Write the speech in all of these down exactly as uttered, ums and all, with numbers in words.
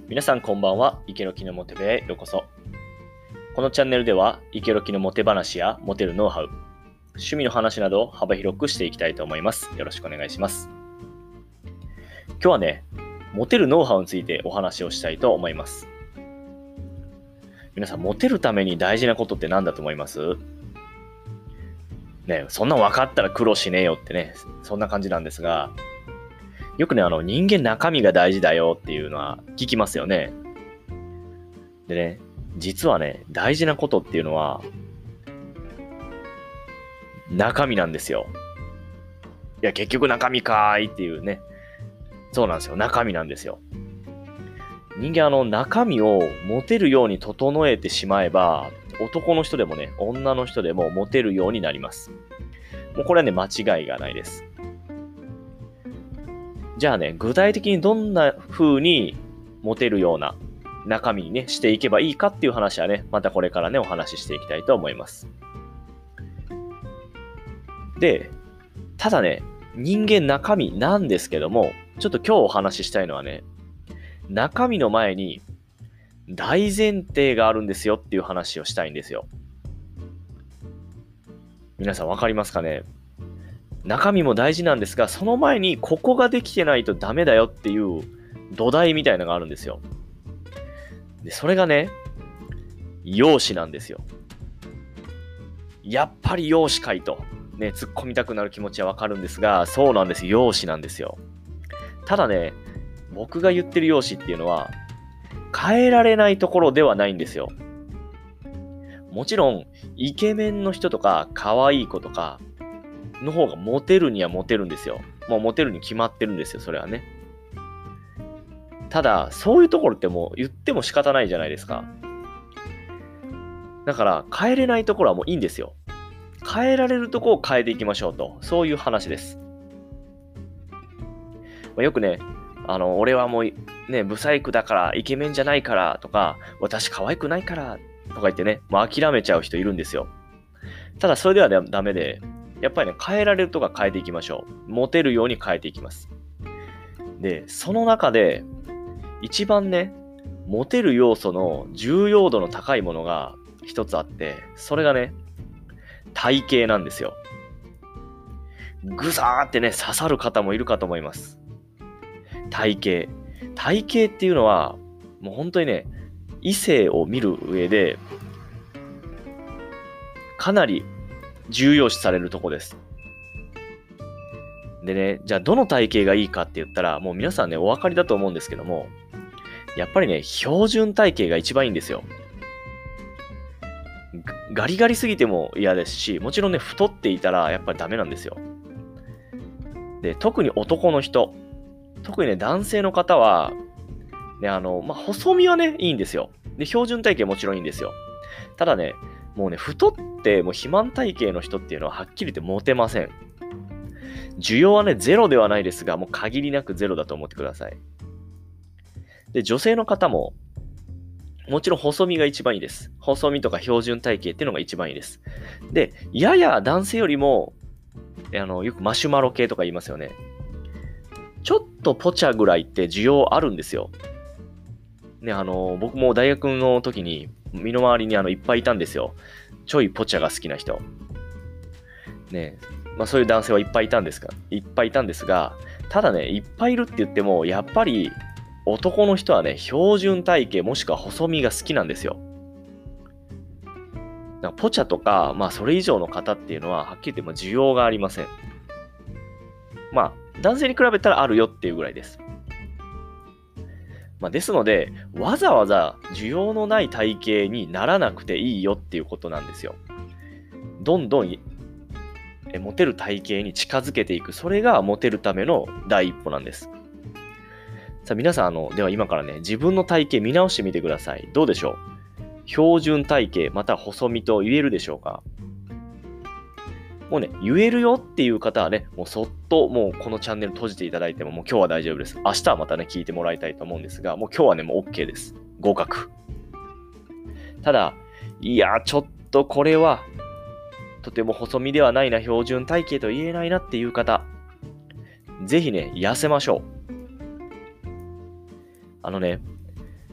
皆さんこんばんは。イケロキのモテ部へようこそ。このチャンネルではイケロキのモテ話やモテるノウハウ、趣味の話などを幅広くしていきたいと思います。よろしくお願いします。今日はね、モテるノウハウについてお話をしたいと思います。皆さん、モテるために大事なことって何だと思います？ね、そんなん分かったら苦労しねえよってね、そんな感じなんですが、よくね、あの人間中身が大事だよっていうのは聞きますよね。でね、実はね、大事なことっていうのは中身なんですよ。いや、結局中身かーいっていうね、そうなんですよ。中身なんですよ。人間あの中身をモテるように整えてしまえば、男の人でもね、女の人でもモテるようになります。もうこれはね、間違いがないです。じゃあね、具体的にどんな風にモテるような中身にね、していけばいいかっていう話はね、またこれからね、お話ししていきたいと思います。で、ただね、人間中身なんですけども、ちょっと今日お話ししたいのはね、中身の前に大前提があるんですよっていう話をしたいんですよ。皆さんわかりますかね？中身も大事なんですが、その前にここができてないとダメだよっていう土台みたいなのがあるんですよ。で、それがね、容姿なんですよ。やっぱり容姿かいと、ね、突っ込みたくなる気持ちはわかるんですが、そうなんです。容姿なんですよ。ただね、僕が言ってる容姿っていうのは、変えられないところではないんですよ。もちろん、イケメンの人とか、可愛い子とかの方がモテるにはモテるんですよ。もうモテるに決まってるんですよ、それはね。ただ、そういうところってもう言っても仕方ないじゃないですか。だから、変えれないところはもういいんですよ。変えられるところを変えていきましょうと。そういう話です。まあ、よくね、あの、俺はもうね、ブサイクだから、イケメンじゃないからとか、私可愛くないからとか言ってね、もう諦めちゃう人いるんですよ。ただ、それではダメで、やっぱりね、変えられるとこは変えていきましょう。モテるように変えていきます。で、その中で、一番ね、モテる要素の重要度の高いものが一つあって、それがね、体型なんですよ。ぐさーってね、刺さる方もいるかと思います。体型。体型っていうのは、もう本当にね、異性を見る上で、かなり重要視されるとこです。でね、じゃあどの体型がいいかって言ったら、もう皆さんね、お分かりだと思うんですけども、やっぱりね、標準体型が一番いいんですよ。ガリガリすぎても嫌ですし、もちろんね、太っていたらやっぱりダメなんですよ。で、特に男の人、特にね、男性の方は、ね、あの、まあ、細身はね、いいんですよ。で、標準体型もちろんいいんですよ。ただね、もうね、太って、もう肥満体型の人っていうのははっきり言ってモテません。需要はね、ゼロではないですが、もう限りなくゼロだと思ってください。で、女性の方も、もちろん細身が一番いいです。細身とか標準体型っていうのが一番いいです。で、やや男性よりも、あの、よくマシュマロ系とか言いますよね。ちょっとポチャぐらいって需要あるんですよ。ね、あの、僕も大学の時に、身の回りにあのいっぱいいたんですよ。ちょいポチャが好きな人。ね、まあそういう男性はいっぱいいたんですが、いっぱいいたんですが、ただね、いっぱいいるって言っても、やっぱり男の人はね、標準体型もしくは細身が好きなんですよ。だからポチャとか、まあそれ以上の方っていうのは、はっきり言っても需要がありません。まあ、男性に比べたらあるよっていうぐらいです。まあ、ですので、わざわざ需要のない体型にならなくていいよっていうことなんですよ。どんどんえモテる体型に近づけていく。それがモテるための第一歩なんです。さあ皆さん、あの、では今からね、自分の体型見直してみてください。どうでしょう？標準体型、または細身と言えるでしょうか？もうね、言えるよっていう方はね、もうそっともうこのチャンネル閉じていただいても、もう今日は大丈夫です。明日はまたね、聞いてもらいたいと思うんですが、もう今日はね、もう OK です。合格。ただ、いや、ちょっとこれは、とても細身ではないな、標準体型と言えないなっていう方、ぜひね、痩せましょう。あのね、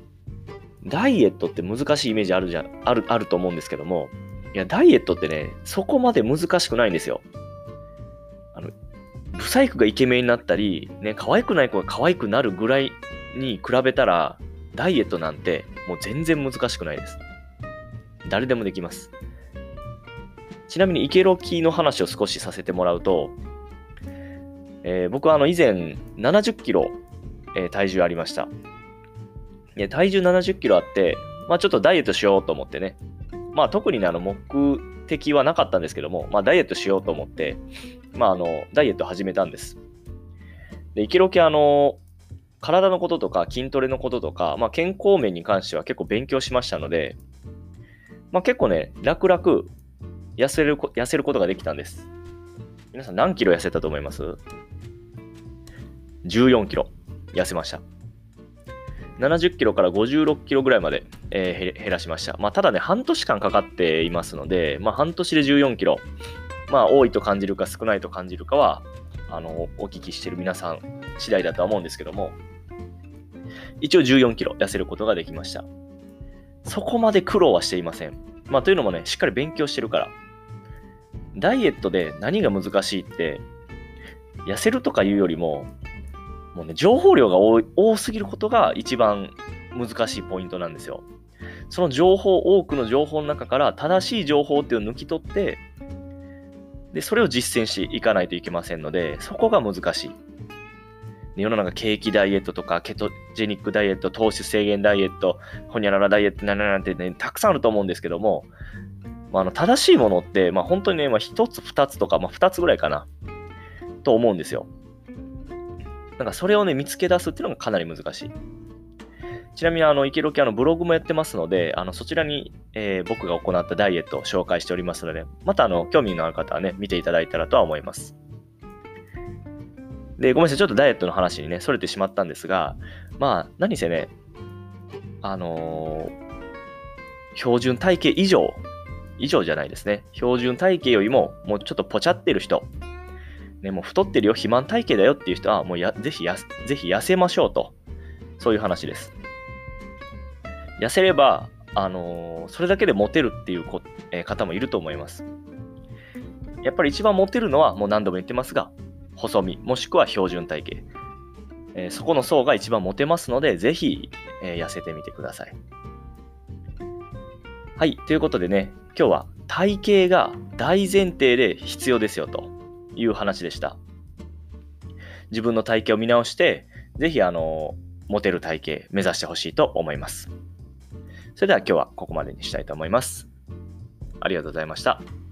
ダイエットって難しいイメージあるじゃん、ある、あると思うんですけども、いや、ダイエットってね、そこまで難しくないんですよ。あの、ブサイクがイケメンになったり、ね、可愛くない子が可愛くなるぐらいに比べたら、ダイエットなんてもう全然難しくないです。誰でもできます。ちなみにイケロキの話を少しさせてもらうと、えー、僕はあの以前ななじゅっキロ、えー、体重ありました。で体重ななじゅっキロあって、まあちょっとダイエットしようと思ってね。まあ特にね、あの目的はなかったんですけども、まあダイエットしようと思って、まああの、ダイエット始めたんです。で、イケロキあの、体のこととか筋トレのこととか、まあ健康面に関しては結構勉強しましたので、まあ結構ね、楽々痩せる、痩せることができたんです。皆さん何キロ痩せたと思います？ じゅうよん キロ痩せました。ななじゅっキロからごじゅうろっキロぐらいまで、えー、減らしました。まあ、ただね、半年間かかっていますので、まあ、半年でじゅうよんキロ。まあ、多いと感じるか少ないと感じるかは、あの、お聞きしている皆さん次第だとは思うんですけども、一応じゅうよんキロ痩せることができました。そこまで苦労はしていません。まあ、というのもね、しっかり勉強してるから。ダイエットで何が難しいって、痩せるとかいうよりも、もうね、情報量が多い、多すぎることが一番難しいポイントなんですよ。その情報、多くの情報の中から正しい情報っていうのを抜き取って、で、それを実践していかないといけませんので、そこが難しい。世の中、景気ダイエットとか、ケトジェニックダイエット、糖質制限ダイエット、ホニャララダイエット、なんなんてね、たくさんあると思うんですけども、まあ、あの正しいものって、まあ、本当にね、まあ、一つ、二つとか、まあ、二つぐらいかな、と思うんですよ。なんかそれをね、見つけ出すっていうのがかなり難しい。ちなみに、あの、イケロキあのブログもやってますので、あの、そちらに、えー、僕が行ったダイエットを紹介しておりますので、また、あの、興味のある方はね、見ていただいたらとは思います。で、ごめんなさい、ちょっとダイエットの話にね、逸れてしまったんですが、まあ、何せね、あのー、標準体型以上、以上じゃないですね。標準体型よりも、もうちょっとポチャってる人、ね、もう太ってるよ、肥満体型だよっていう人は、もうやぜひや、ぜひ痩せましょうと。そういう話です。痩せれば、あのー、それだけでモテるっていうこ、えー、方もいると思います。やっぱり一番モテるのは、もう何度も言ってますが、細身、もしくは標準体型。えー、そこの層が一番モテますので、ぜひ、えー、痩せてみてください。はい、ということでね、今日は体型が大前提で必要ですよという話でした。自分の体型を見直して、ぜひあのモテる体型目指してほしいと思います。それでは今日はここまでにしたいと思います。ありがとうございました。